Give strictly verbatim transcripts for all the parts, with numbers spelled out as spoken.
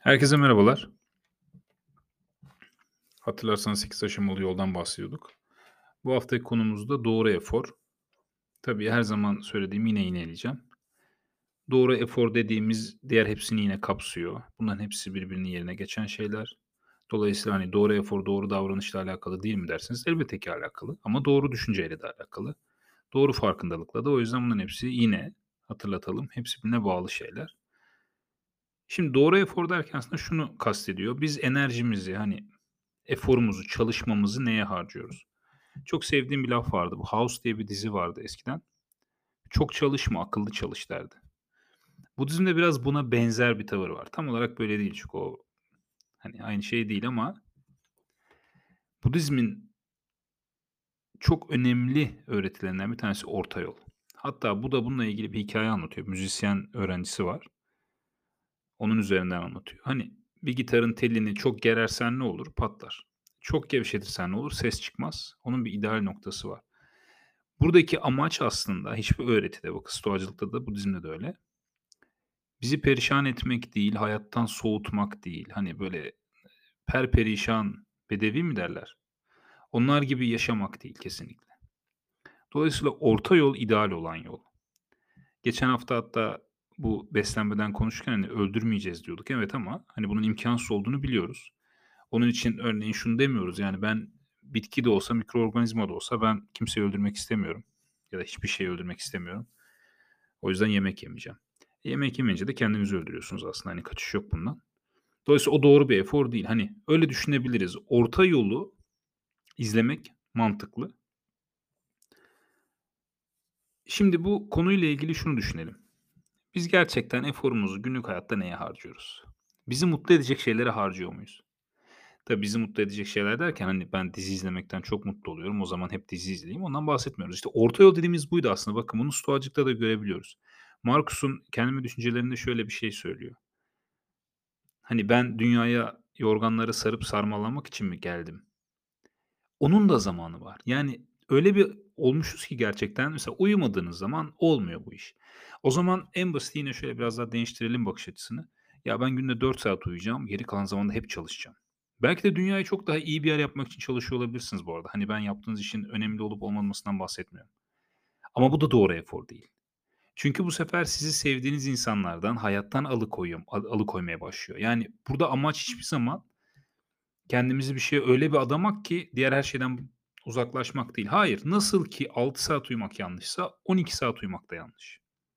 Herkese merhabalar. Hatırlarsanız sekiz aşamalı yoldan bahsediyorduk. Bu haftaki konumuz da doğru efor. Tabii her zaman söylediğimi yine yineleyeceğim. Doğru efor dediğimiz diğer hepsini yine kapsıyor. Bunların hepsi birbirinin yerine geçen şeyler. Dolayısıyla hani doğru efor doğru davranışla alakalı değil mi derseniz elbette ki alakalı ama doğru düşünceyle de alakalı. Doğru farkındalıkla da o yüzden bunların hepsi yine hatırlatalım hepsi birbirine bağlı şeyler. Şimdi doğru efor derken aslında şunu kastediyor. Biz enerjimizi hani eforumuzu, çalışmamızı neye harcıyoruz? Çok sevdiğim bir laf vardı. Bu House diye bir dizi vardı eskiden. "Çok çalışma, akıllı çalış." derdi. Budizm'de biraz buna benzer bir tavır var. Tam olarak böyle değil çünkü o, hani, aynı şey değil ama Budizm'in çok önemli öğretilerinden bir tanesi orta yol. Hatta bu da bununla ilgili bir hikâye anlatıyor. Müzisyen öğrencisi var. Onun üzerinden anlatıyor. Hani, bir gitarın telini çok gerersen ne olur? Patlar. Çok gevşetirsen ne olur? Ses çıkmaz. Onun bir ideal noktası var. Buradaki amaç aslında hiçbir öğretide, bak Stoacılıkta da Budizm'de de öyle, bizi perişan etmek değil, hayattan soğutmak değil. Hani, böyle perperişan bedevi mi derler? Onlar gibi yaşamak değil kesinlikle. Dolayısıyla orta yol ideal olan yol. Geçen hafta hatta bu beslenmeden konuşurken, hani, öldürmeyeceğiz diyorduk. Evet ama, hani, bunun imkânsız olduğunu biliyoruz. Onun için örneğin şunu demiyoruz, yani, ben bitki de olsa, mikroorganizma da olsa ben kimseyi öldürmek istemiyorum ya da hiçbir şeyi öldürmek istemiyorum. O yüzden yemek yemeyeceğim. E, yemek yemeyince de kendinizi öldürüyorsunuz aslında. Hani, kaçış yok bundan. Dolayısıyla o doğru bir efor değil. Hani, öyle düşünebiliriz. Orta yolu izlemek mantıklı. Şimdi bu konuyla ilgili şunu düşünelim. Biz gerçekten eforumuzu günlük hayatta neye harcıyoruz? Bizi mutlu edecek şeylere harcıyor muyuz? Tabii bizi mutlu edecek şeyler derken, hani, ben dizi izlemekten çok mutlu oluyorum, o zaman hep dizi izleyeyim, ondan bahsetmiyoruz. İşte, orta yol dediğimiz buydu aslında. Bakın bunu Stoacılık'ta da görebiliyoruz. Marcus'un Kendime Düşüncelerinde şöyle bir şey söylüyor. Hani, ben dünyaya yorganları sarıp sarmalamak için mi geldim? Onun da zamanı var. Yani, öyle bir olmuşuz ki gerçekten mesela uyumadığınız zaman olmuyor bu iş. O zaman en basiti yine şöyle biraz daha değiştirelim bakış açısını. Ya, ben günde dört saat uyuyacağım, geri kalan zamanda hep çalışacağım. Belki de dünyayı çok daha iyi bir yer yapmak için çalışıyor olabilirsiniz bu arada. Hani, ben yaptığınız işin önemli olup olmamasından bahsetmiyorum. Ama bu da doğru efor değil. Çünkü bu sefer sizi sevdiğiniz insanlardan, hayattan alıkoyuyor al alıkoymaya başlıyor. Yani, burada amaç hiçbir zaman kendimizi bir şeye öyle bir adamak ki diğer her şeyden uzaklaşmak değil. Hayır, nasıl ki altı saat uyumak yanlışsa on iki saat uyumak da yanlış.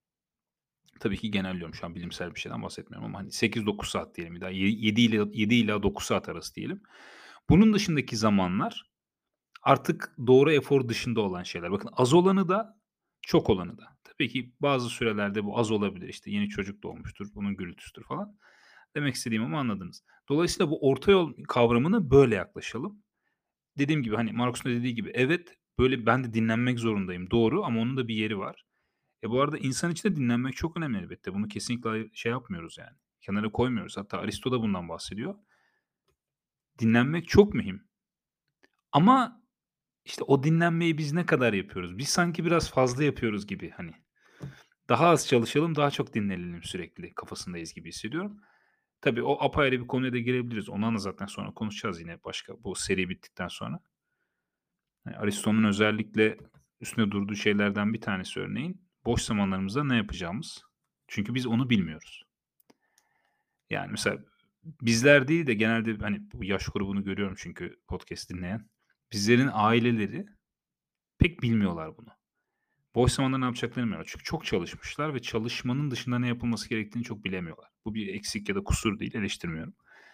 Tabii ki genelliyorum şu an bilimsel bir şeyden bahsetmiyorum ama hani sekiz dokuz saat diyelim bir daha ye yedi ile yedi ila dokuz saat arası diyelim. Bunun dışındaki zamanlar artık doğru efor dışında olan şeyler. Bakın az olanı da çok olanı da. Tabii ki bazı sürelerde bu az olabilir. İşte yeni çocuk doğmuştur, bunun gürültüsüdür falan. Demek istediğimi ama anladınız. Dolayısıyla bu orta yol kavramına böyle yaklaşalım. Dediğim gibi, hani, Marcus'un da dediği gibi, evet, böyle, ben de dinlenmek zorundayım, doğru ama onun da bir yeri var. E, bu arada insan için de dinlenmek çok önemli elbette. Bunu kesinlikle ay şey yapmıyoruz yani, kenara koymuyoruz. Hatta Aristo da bundan bahsediyor. Dinlenmek çok mühim ama, işte, o dinlenmeyi biz ne kadar yapıyoruz? Biz sanki biraz fazla yapıyoruz gibi, hani. Daha az çalışalım, daha çok dinlenelim sürekli kafasındayız gibi hissediyorum. Tabii o apayrı bir konuya da girebiliriz. Ondan da zaten sonra konuşacağız yine başka bu seri bittikten sonra. Hani, Aristo'nun özellikle üstünde durduğu şeylerden bir tanesi örneğin, boş zamanlarımızda ne yapacağımız. Çünkü biz onu bilmiyoruz. Yani, mesela bizler değil de genelde, hani, bu yaş grubunu görüyorum çünkü podcast dinleyen. Bizlerin aileleri pek bilmiyorlar bunu. Boş zamanda ne yapacaklarını bilmiyorlar. Çünkü çok çalışmışlar ve çalışmanın dışında ne yapılması gerektiğini çok bilemiyorlar. Bu bir eksik ya da kusur değil, eleştirmiyorum.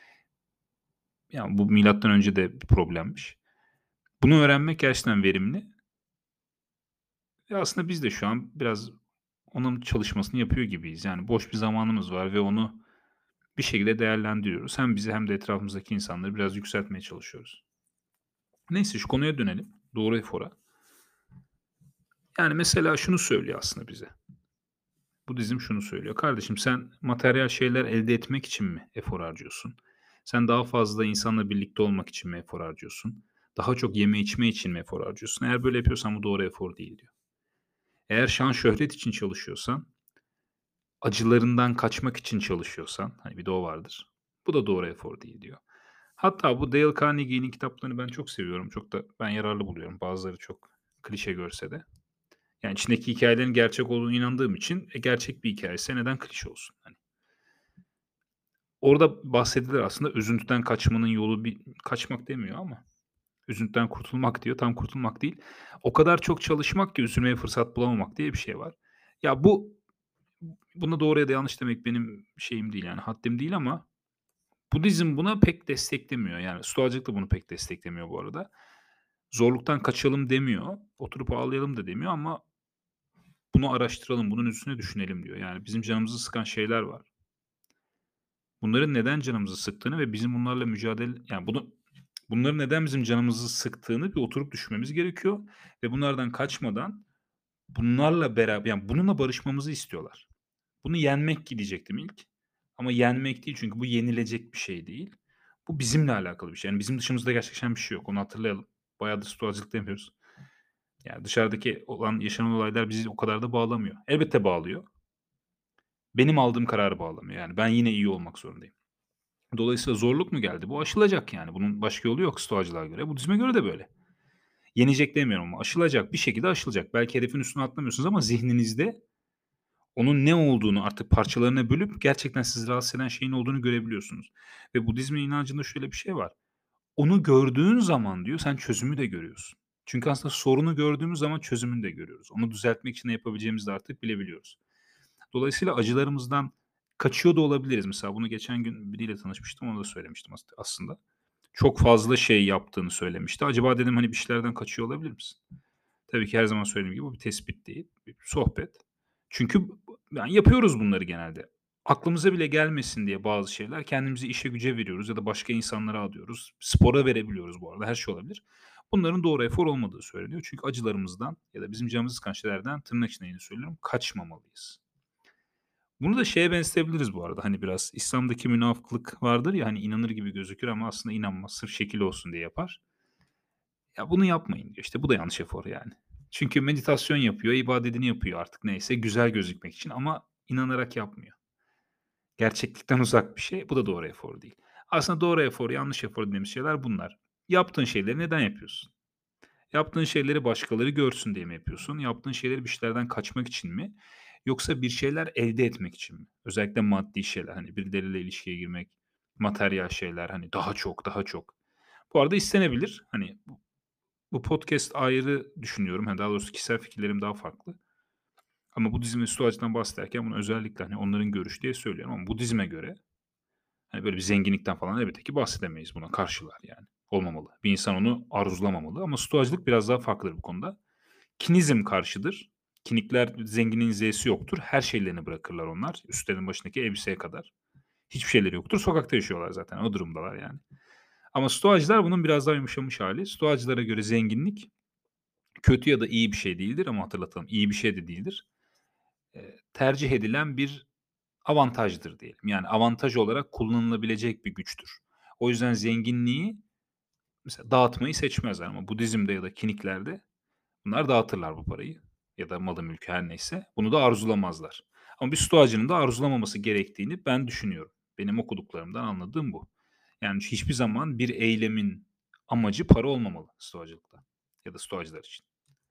Yani, bu milattan önce de bir problemmiş. Bunu öğrenmek gerçekten verimli ve aslında biz de şu an biraz onun çalışmasını yapıyor gibiyiz. Yani boş bir zamanımız var ve onu bir şekilde değerlendiriyoruz. Hem bizi hem de etrafımızdaki insanları biraz yükseltmeye çalışıyoruz. Neyse şu konuya dönelim. Doğru efora. Yani mesela şunu söylüyor aslında bize. Budizm şunu söylüyor. Kardeşim sen materyal şeyler elde etmek için mi efor harcıyorsun? Sen daha fazla insanla birlikte olmak için mi efor harcıyorsun? Daha çok yeme içme için mi efor harcıyorsun? Eğer böyle yapıyorsan bu doğru efor değil diyor. Eğer şan şöhret için çalışıyorsan, acılarından kaçmak için çalışıyorsan, hani bir de o vardır. Bu da doğru efor değil diyor. Hatta bu Dale Carnegie'nin kitaplarını ben çok seviyorum. Çok da ben yararlı buluyorum. Bazıları çok klişe görse de. Yani içindeki hikâyelerin gerçek olduğuna inandığım için, e, gerçek bir hikâyese neden klişe olsun? Hani, orada bahsedilir aslında üzüntüden kaçmanın yolu bir kaçmak demiyor ama üzüntüden kurtulmak diyor. Tam kurtulmak değil. O kadar çok çalışmak ki üzülmeye fırsat bulamamak diye bir şey var. Ya, bu buna doğru ya da yanlış demek benim şeyim değil, yani haddim değil ama Budizm buna pek desteklemiyor. Yani Stoacılık da bunu pek desteklemiyor bu arada. Zorluktan kaçalım demiyor, oturup ağlayalım da demiyor ama bunu araştıralım, bunun üstüne düşünelim diyor. Yani bizim canımızı sıkan şeyler var. Bunların neden canımızı sıktığını ve bizim bunlarla mücadele yani bunu bunların neden bizim canımızı sıktığını bir oturup düşünmemiz gerekiyor ve bunlardan kaçmadan bunlarla beraber yani bununla barışmamızı istiyorlar. Bunu yenmek ki diyecektim ilk ama yenmek değil çünkü bu yenilecek bir şey değil. Bu bizimle alakalı bir şey. Yani bizim dışımızda gerçekleşen bir şey yok. Onu hatırlayalım. Bayağıdır stoacılık demiyoruz. Yani dışarıdaki olan yaşanan olaylar bizi o kadar da bağlamıyor. Elbette bağlıyor. Benim aldığım kararı bağlamıyor. Yani ben yine iyi olmak zorundayım. Dolayısıyla zorluk mu geldi? Bu aşılacak yani. Bunun başka yolu yok stoacılığa göre. Budizme göre de böyle. Yenecek demiyorum ama aşılacak. Bir şekilde aşılacak. Belki hedefin üstüne atlamıyorsunuz ama zihninizde onun ne olduğunu artık parçalarına bölüp gerçekten sizi rahatsız eden şeyin olduğunu görebiliyorsunuz. Ve Budizmin inancında şöyle bir şey var. Onu gördüğün zaman diyor sen çözümü de görüyorsun. Çünkü aslında sorunu gördüğümüz zaman çözümünü de görüyoruz. Onu düzeltmek için ne yapabileceğimizi de artık bilebiliyoruz. Dolayısıyla acılarımızdan kaçıyor da olabiliriz. Mesela bunu geçen gün biriyle tanışmıştım, ona da söylemiştim as aslında. Çok fazla şey yaptığını söylemişti. Acaba dedim, hani, bir şeylerden kaçıyor olabilir misin? Tabii ki her zaman söylediğim gibi bu bir tespit değil, bir sohbet. Çünkü b yani yapıyoruz bunları genelde. Aklımıza bile gelmesin diye bazı şeyler kendimizi işe güce veriyoruz ya da başka insanlara adıyoruz. Spora verebiliyoruz bu arada, her şey olabilir. Bunların doğru efor olmadığı söyleniyor. Çünkü acılarımızdan ya da bizim canımızı sıkan şeylerden, tırnak içinde yine söylüyorum, kaçmamalıyız. Bunu da şeye benzetebiliriz bu arada, hani, biraz İslam'daki münafıklık vardır ya, hani, inanır gibi gözükür ama aslında inanmaz, sırf şekil olsun diye yapar. Ya, bunu yapmayın diyor. İşte bu da yanlış efor yani. Çünkü meditasyon yapıyor, ibadetini yapıyor artık neyse güzel gözükmek için ama inanarak yapmıyor. Gerçeklikten uzak bir şey. Bu da doğru efor değil. Aslında doğru efor, yanlış efor dediğimiz şeyler bunlar. Yaptığın şeyleri neden yapıyorsun? Yaptığın şeyleri başkaları görsün diye mi yapıyorsun? Yaptığın şeyleri bir şeylerden kaçmak için mi? Yoksa bir şeyler elde etmek için mi? Özellikle maddi şeyler, hani, birileriyle ilişkiye girmek, materyal şeyler, hani, daha çok, daha çok. Bu arada istenebilir. Hani, bu bu podcast ayrı düşünüyorum. Hani, daha doğrusu kişisel fikirlerim daha farklı. Ama Budizm ve Stoacı'dan bahsederken bunu özellikle, hani, onların görüşü diye söylüyorum ama Budizm'e göre, hani, böyle bir zenginlikten falan elbette ki bahsedemeyiz. Buna karşılar yani. Olmamalı. Bir insan onu arzulamamalı ama Stoacılık biraz daha farklıdır bu konuda. Kinizm karşıdır. Kinikler zenginin Z'si yoktur. Her şeylerini bırakırlar onlar. Üstlerinin başındaki elbiseye kadar. Hiçbir şeyleri yoktur. Sokakta yaşıyorlar zaten. O durumdalar yani. Ama Stoacılar bunun biraz daha yumuşamış hali. Stoacılara göre zenginlik kötü ya da iyi bir şey değildir ama hatırlatalım iyi bir şey de değildir. Eee, tercih edilen bir avantajdır diyelim. Yani avantaj olarak kullanılabilecek bir güçtür. O yüzden zenginliği mesela dağıtmayı seçmezler ama Budizm'de ya da Kiniklerde bunlar dağıtırlar bu parayı ya da malı mülkü her neyse. Bunu da arzulamazlar. Ama bir Stoacının da arzulamaması gerektiğini ben düşünüyorum. Benim okuduklarımdan anladığım bu. Yani hiçbir zaman bir eylemin amacı para olmamalı Stoacılıkta ya da Stoacılar için.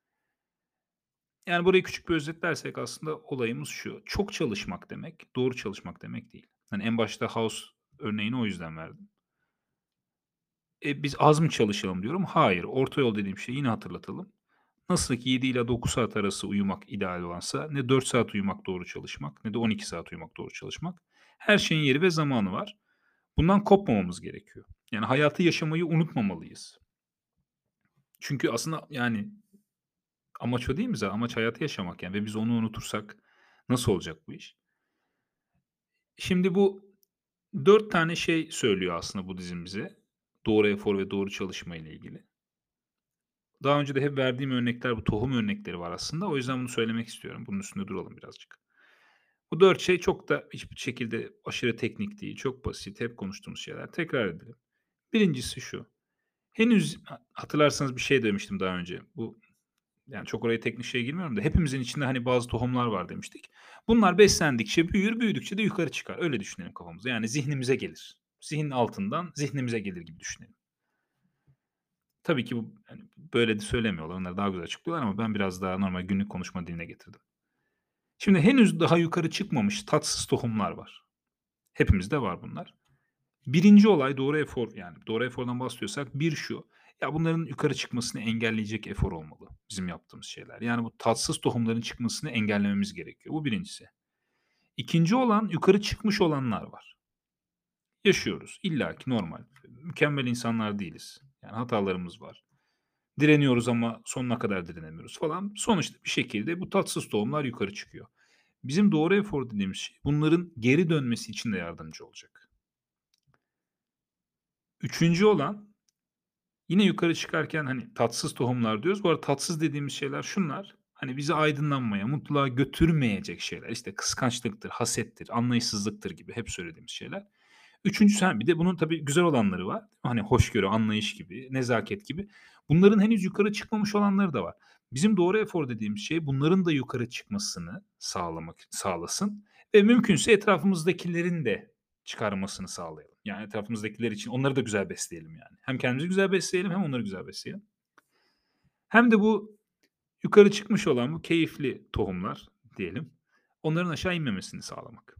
Yani burayı küçük bir özetlersek aslında olayımız şu: çok çalışmak demek, doğru çalışmak demek değil. Hani en başta House örneğini o yüzden verdim. E, biz az mı çalışalım diyorum. Hayır, orta yol dediğim şeyi yine hatırlatalım. Nasıl ki yedi ile dokuz saat arası uyumak ideal olansa ne dört saat uyumak doğru çalışmak ne de on iki saat uyumak doğru çalışmak. Her şeyin yeri ve zamanı var. Bundan kopmamamız gerekiyor. Yani hayatı yaşamayı unutmamalıyız. Çünkü aslında yani amaç o değil mi zaten? Amaç hayatı yaşamak yani ve biz onu unutursak nasıl olacak bu iş? Şimdi bu dört tane şey söylüyor aslında Budizm bize. Doğru efor ve doğru çalışma ile ilgili. Daha önce de hep verdiğim örnekler bu tohum örnekleri var aslında. O yüzden bunu söylemek istiyorum. Bunun üstünde duralım birazcık. Bu dört şey çok da hiçbir şekilde aşırı teknik değil. Çok basit. Hep konuştuğumuz şeyler. Tekrar edelim. Birincisi şu. Henüz ha hatırlarsanız bir şey demiştim daha önce. Bu yani çok oraya teknik şeye girmiyorum da hepimizin içinde, hani, bazı tohumlar var demiştik. Bunlar beslendikçe büyür, büyüdükçe de yukarı çıkar. Öyle düşünelim kafamızda. Yani zihnimize gelir. Zihnin altından zihnimize gelir gibi düşünelim. Tabii ki bu, hani, böyle de söylemiyorlar. Onlar daha güzel açıklıyorlar ama ben biraz daha normal günlük konuşma diline getirdim. Şimdi henüz daha yukarı çıkmamış tatsız tohumlar var. Hepimizde var bunlar. Birinci olay doğru efor, yani doğru efordan bahsediyorsak bir şu: ya, bunların yukarı çıkmasını engelleyecek efor olmalı bizim yaptığımız şeyler. Yani bu tatsız tohumların çıkmasını engellememiz gerekiyor. Bu birincisi. İkinci olan yukarı çıkmış olanlar var. Yaşıyoruz. İllaki normal. Mükemmel insanlar değiliz. Yani hatalarımız var. Direniyoruz ama sonuna kadar direnemiyoruz falan. Sonuçta bir şekilde bu tatsız tohumlar yukarı çıkıyor. Bizim doğru efor dediğimiz şey bunların geri dönmesi için de yardımcı olacak. Üçüncü olan yine yukarı çıkarken, hani, tatsız tohumlar diyoruz. Bu arada tatsız dediğimiz şeyler şunlar: hani, bizi aydınlanmaya, mutluluğa götürmeyecek şeyler. İşte kıskançlıktır, hasettir, anlayışsızlıktır gibi hep söylediğimiz şeyler. Üçüncüsü, ha, bir de bunun tabii güzel olanları var. Hani, hoşgörü, anlayış gibi, nezaket gibi. Bunların henüz yukarı çıkmamış olanları da var. Bizim doğru efor dediğimiz şey bunların da yukarı çıkmasını sağlamak sağlasın ve mümkünse etrafımızdakilerin de çıkarmasını sağlayalım. Yani etrafımızdakiler için onları da güzel besleyelim yani. Hem kendimizi güzel besleyelim hem onları güzel besleyelim. Hem de bu yukarı çıkmış olan bu keyifli tohumlar diyelim, onların aşağı inmemesini sağlamak.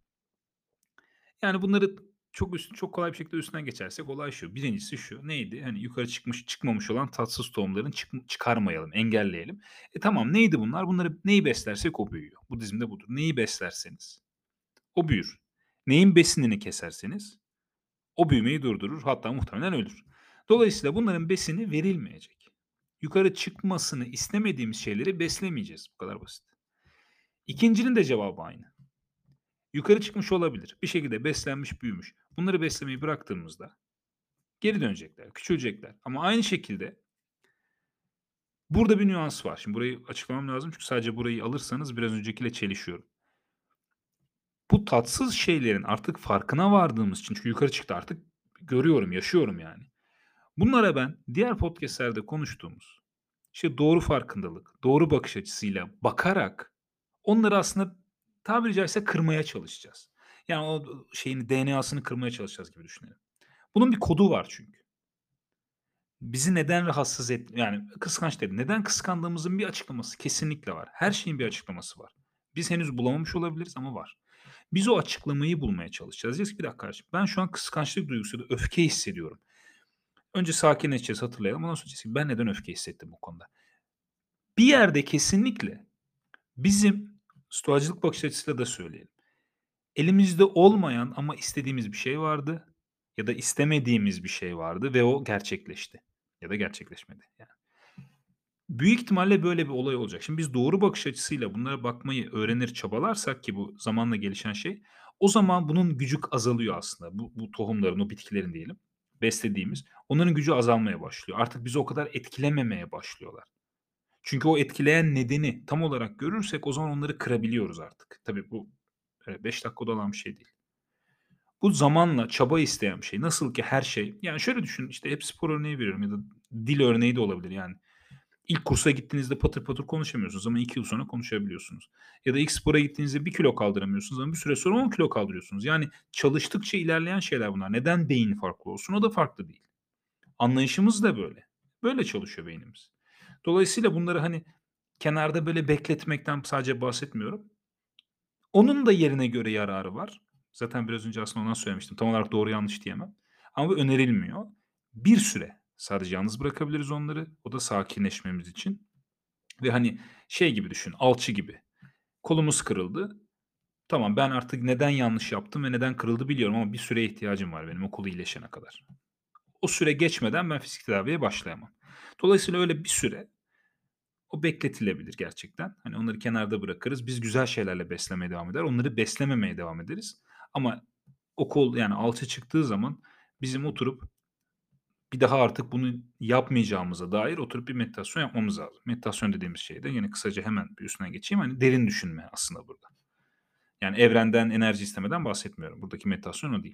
Yani bunları çok üst çok kolay bir şekilde üstünden geçersek olay şu: birincisi şu, neydi? Hani yukarı çıkmış çıkmamış olan tatsız tohumların çık çıkarmayalım, engelleyelim. E, tamam, neydi bunlar? Bunları neyi beslersek o büyüyor. Budizm'de budur. Neyi beslerseniz o büyür. Neyin besinini keserseniz o büyümeyi durdurur, hatta muhtemelen ölür. Dolayısıyla bunların besini verilmeyecek. Yukarı çıkmasını istemediğimiz şeyleri beslemeyeceğiz. Bu kadar basit. İkincinin de cevabı aynı. Yukarı çıkmış olabilir. Bir şekilde beslenmiş, büyümüş. Bunları beslemeyi bıraktığımızda geri dönecekler, küçülecekler. Ama aynı şekilde burada bir nüans var. Şimdi burayı açıklamam lazım çünkü sadece burayı alırsanız biraz öncekiyle çelişiyorum. Bu tatsız şeylerin artık farkına vardığımız için, çünkü yukarı çıktı artık, görüyorum, yaşıyorum yani. Bunlara ben diğer podcast'lerde konuştuğumuz, işte, doğru farkındalık, doğru bakış açısıyla bakarak onları aslında tabiri caizse kırmaya çalışacağız. Yani o şeyini, D N A'sını kırmaya çalışacağız gibi düşünelim. Bunun bir kodu var çünkü. Bizi neden rahatsız et yani kıskanç dedim. Neden kıskandığımızın bir açıklaması kesinlikle var. Her şeyin bir açıklaması var. Biz henüz bulamamış olabiliriz ama var. Biz o açıklamayı bulmaya çalışacağız. Diyeceğiz ki, "Bir dakika kardeşim, ben şu an kıskançlık duygusu ya da öfke hissediyorum." Önce sakinleşeceğiz, hatırlayalım. Ondan sonra diyeceğiz ki, "Ben neden öfke hissettim bu konuda?" Bir yerde kesinlikle bizim stoacılık bakış açısıyla da söyleyelim, elimizde olmayan ama istediğimiz bir şey vardı ya da istemediğimiz bir şey vardı ve o gerçekleşti ya da gerçekleşmedi yani. Büyük ihtimalle böyle bir olay olacak. Şimdi biz doğru bakış açısıyla bunlara bakmayı öğrenir, çabalarsak ki bu zamanla gelişen şey, o zaman bunun gücü azalıyor aslında. Bu bu tohumların, o bitkilerin diyelim, beslediğimiz, onların gücü azalmaya başlıyor. Artık bizi o kadar etkilememeye başlıyorlar. Çünkü o etkileyen nedeni tam olarak görürsek o zaman onları kırabiliyoruz artık. Tabii bu öyle beş dakikada olan bir şey değil. Bu zamanla çaba isteyen bir şey. Nasıl ki her şey, yani şöyle düşünün, işte hep spor örneği veriyorum ya da dil örneği de olabilir yani. İlk kursa gittiğinizde patır patır konuşamıyorsunuz ama iki yıl sonra konuşabiliyorsunuz. Ya da ilk spora gittiğinizde bir kilo kaldıramıyorsunuz ama bir süre sonra on kilo kaldırıyorsunuz. Yani çalıştıkça ilerleyen şeyler bunlar. Neden beyin farklı olsun? O da farklı değil. Anlayışımız da böyle. Böyle çalışıyor beynimiz. Dolayısıyla bunları, hani, kenarda böyle bekletmekten sadece bahsetmiyorum. Onun da yerine göre yararı var. Zaten biraz önce aslında ondan söylemiştim. Tam olarak doğru yanlış diyemem ama bu önerilmiyor. Bir süre sadece yalnız bırakabiliriz onları. O da sakinleşmemiz için ve, hani, şey gibi düşün, alçı gibi. Kolumuz kırıldı. Tamam, ben artık neden yanlış yaptım ve neden kırıldı biliyorum ama bir süreye ihtiyacım var benim o kolu iyileşene kadar. O süre geçmeden ben fizik tedaviye başlayamam. Dolayısıyla öyle bir süre o bekletilebilir gerçekten. Hani, onları kenarda bırakırız. Biz güzel şeylerle beslemeye devam eder. Onları beslememeye devam ederiz. Ama o kol, yani alça çıktığı zaman bizim oturup bir daha artık bunu yapmayacağımıza dair oturup bir meditasyon yapmamız lazım. Meditasyon dediğimiz şey de yine kısaca hemen bir üstünden geçeyim. Hani, derin düşünme aslında burada. Yani evrenden enerji istemeden bahsetmiyorum. Buradaki meditasyon o değil.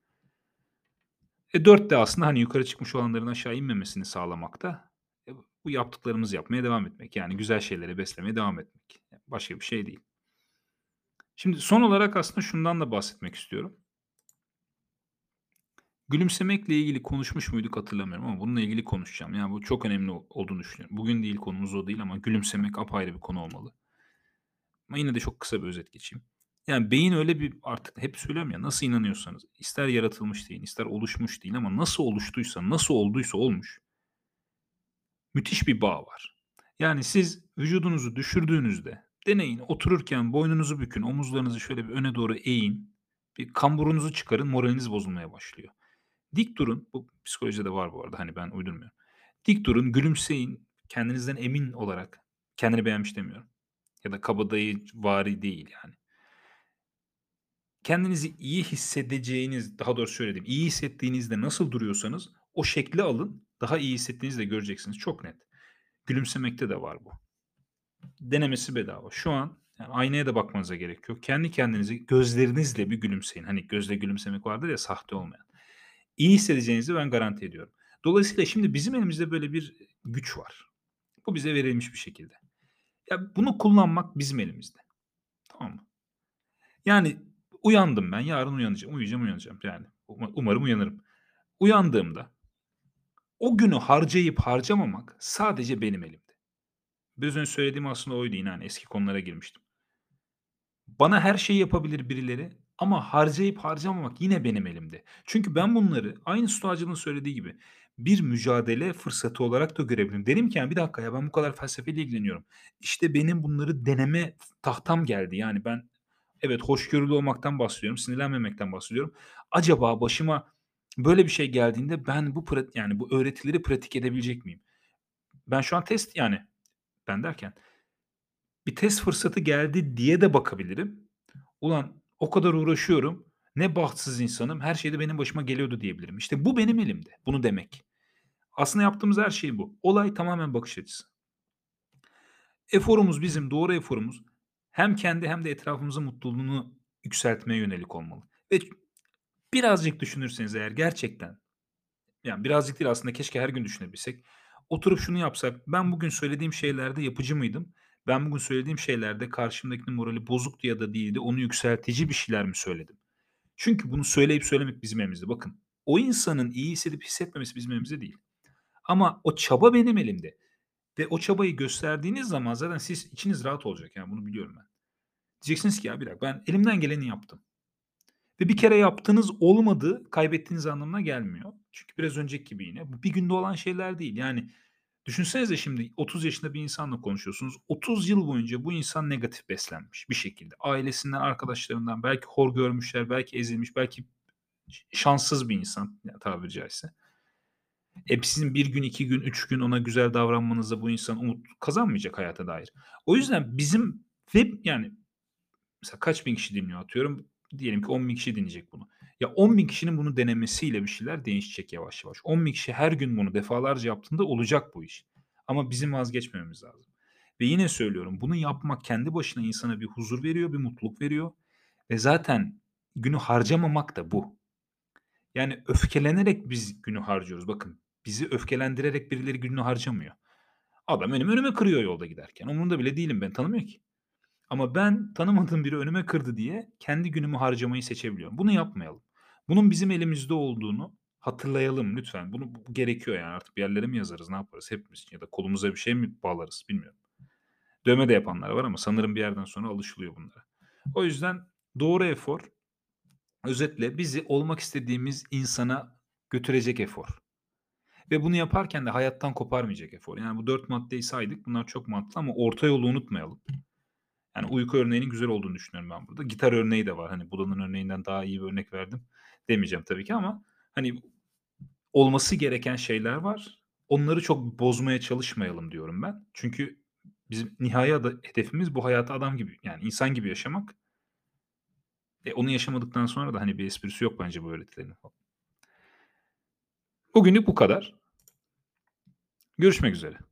E, dört de aslında, hani, yukarı çıkmış olanların aşağı inmemesini sağlamakta. E, bu yaptıklarımızı yapmaya devam etmek. Yani güzel şeyleri beslemeye devam etmek. Başka bir şey değil. Şimdi son olarak aslında şundan da bahsetmek istiyorum. Gülümsemekle ilgili konuşmuş muyduk hatırlamıyorum ama bununla ilgili konuşacağım. Yani, bu çok önemli o olduğunu düşünüyorum. Bugün değil, konumuz o değil ama gülümsemek apayrı bir konu olmalı. Ama yine de çok kısa bir özet geçeyim. Yani, beyin öyle bir artık hep söylüyorum ya, nasıl inanıyorsanız, ister yaratılmış deyin, ister oluşmuş deyin ama nasıl oluştuysa, nasıl olduysa olmuş, müthiş bir bağ var. Yani, siz vücudunuzu düşürdüğünüzde deneyin, otururken boynunuzu bükün, omuzlarınızı şöyle bir öne doğru eğin, bir kamburunuzu çıkarın, moraliniz bozulmaya başlıyor. Dik durun. Bu psikolojide de var bu arada, hani, ben uydurmuyorum. Dik durun, gülümseyin, kendinizden emin olarak. Kendini beğenmiş demiyorum ya da kabadayıvari değil yani. Kendinizi iyi hissedeceğiniz, daha doğrusu şöyle diyeyim, iyi hissettiğinizde nasıl duruyorsanız o şekli alın, daha iyi hissettiğinizi de göreceksiniz. Çok net. Gülümsemekte de var bu. Denemesi bedava. Şu an yani aynaya da bakmanıza gerek yok. Kendi kendinize gözlerinizle bir gülümseyin. Hani gözle gülümsemek vardır ya, sahte olmayan. İyi hissedeceğinizi ben garanti ediyorum. Dolayısıyla şimdi bizim elimizde böyle bir güç var. Bu bize verilmiş bir şekilde. Ya, bunu kullanmak bizim elimizde. Tamam mı? Yani uyandım ben, yarın uyanacağım, uyuyacağım, uyanacağım. Yani uma umarım uyanırım. Uyandığımda o günü harcayıp harcamamak sadece benim elimde. Biraz önce söylediğim aslında oydu, yine, hani, eski konulara girmiştim. Bana her şeyi yapabilir birileri ama harcayıp harcamamak yine benim elimde. Çünkü ben bunları aynı stoacılığın söylediği gibi bir mücadele fırsatı olarak da görebilirim. Derim ki, yani, "Bir dakika ya, ben bu kadar felsefeyle ilgileniyorum. İşte, benim bunları deneme tahtam geldi." Yani, ben evet, hoşgörülü olmaktan bahsediyorum, sinirlenmemekten bahsediyorum. Acaba başıma böyle bir şey geldiğinde ben bu prat yani, bu öğretileri pratik edebilecek miyim? Ben şu an test, yani, ben derken bir test fırsatı geldi diye de bakabilirim. Ulan o kadar uğraşıyorum, ne bahtsız insanım, her şey de benim başıma geliyordu diyebilirim. İşte bu benim elimde, bunu demek. Aslında yaptığımız her şey bu. Olay tamamen bakış açısı. Eforumuz bizim, doğru eforumuz hem kendi hem de etrafımızın mutluluğunu yükseltmeye yönelik olmalı ve birazcık düşünürseniz eğer gerçekten, yani birazcık değil aslında keşke her gün düşünebilsek. Oturup şunu yapsak, ben bugün söylediğim şeylerde yapıcı mıydım? Ben bugün söylediğim şeylerde karşımdakinin morali bozuktu ya da değildi, onu yükseltici bir şeyler mi söyledim? Çünkü bunu söyleyip söylemek bizim elimizde. Bakın, o insanın iyi hissedip hissetmemesi bizim elimizde değil. Ama o çaba benim elimde ve o çabayı gösterdiğiniz zaman zaten siz içiniz rahat olacak, yani, bunu biliyorum ben. Diyeceksiniz ki, "Ya, bir dakika, ben elimden geleni yaptım." Ve bir kere yaptığınız olmadı, kaybettiğiniz anlamına gelmiyor. Çünkü biraz önceki gibi yine bu bir günde olan şeyler değil. Yani, düşünsenize şimdi otuz yaşında bir insanla konuşuyorsunuz. otuz yıl boyunca bu insan negatif beslenmiş bir şekilde. Ailesinden, arkadaşlarından belki hor görmüşler, belki ezilmiş, belki ş şanssız bir insan, ya, tabiri caizse. E, sizin bir gün, iki gün, üç gün ona güzel davranmanızla bu insan umut kazanmayacak hayata dair. O yüzden bizim ve yani mesela kaç bin kişi dinliyor atıyorum. Diyelim ki on bin kişi dinleyecek bunu. Ya on bin kişinin bunu denemesiyle bir şeyler değişecek yavaş yavaş. on bin kişi her gün bunu defalarca yaptığında olacak bu iş. Ama bizim vazgeçmememiz lazım. Ve yine söylüyorum, bunu yapmak kendi başına insana bir huzur veriyor, bir mutluluk veriyor ve zaten günü harcamamak da bu. Yani öfkelenerek biz günü harcıyoruz. Bakın, bizi öfkelendirerek birileri gününü harcamıyor. Adam önüme önüme kırıyor yolda giderken. Umurunda bile değilim ben, tanımıyor ki. Ama ben tanımadığım biri önüme kırdı diye kendi günümü harcamayı seçebiliyorum. Bunu yapmayalım. Bunun bizim elimizde olduğunu hatırlayalım lütfen. Bunu bu gerekiyor yani artık bir yerlere mi yazarız, ne yaparız hepimiz ya da kolumuza bir şey mi bağlarız bilmiyorum. Dövme de yapanlar var ama sanırım bir yerden sonra alışılıyor bunlara. O yüzden doğru efor, özetle bizi olmak istediğimiz insana götürecek efor ve bunu yaparken de hayattan koparmayacak efor. Yani bu dört maddeyi saydık. Bunlar çok mantıklı ama orta yolu unutmayalım. Yani uyku örneğinin güzel olduğunu düşünüyorum ben burada. Gitar örneği de var. Hani Buda'nın örneğinden daha iyi bir örnek verdim demeyeceğim tabii ki ama hani olması gereken şeyler var. Onları çok bozmaya çalışmayalım diyorum ben. Çünkü bizim nihai ada hedefimiz bu hayatı adam gibi, yani insan gibi yaşamak. E, onu yaşamadıktan sonra da hani bir esprisi yok bence bu öğretilerin falan. Bugünlük bu kadar. Görüşmek üzere.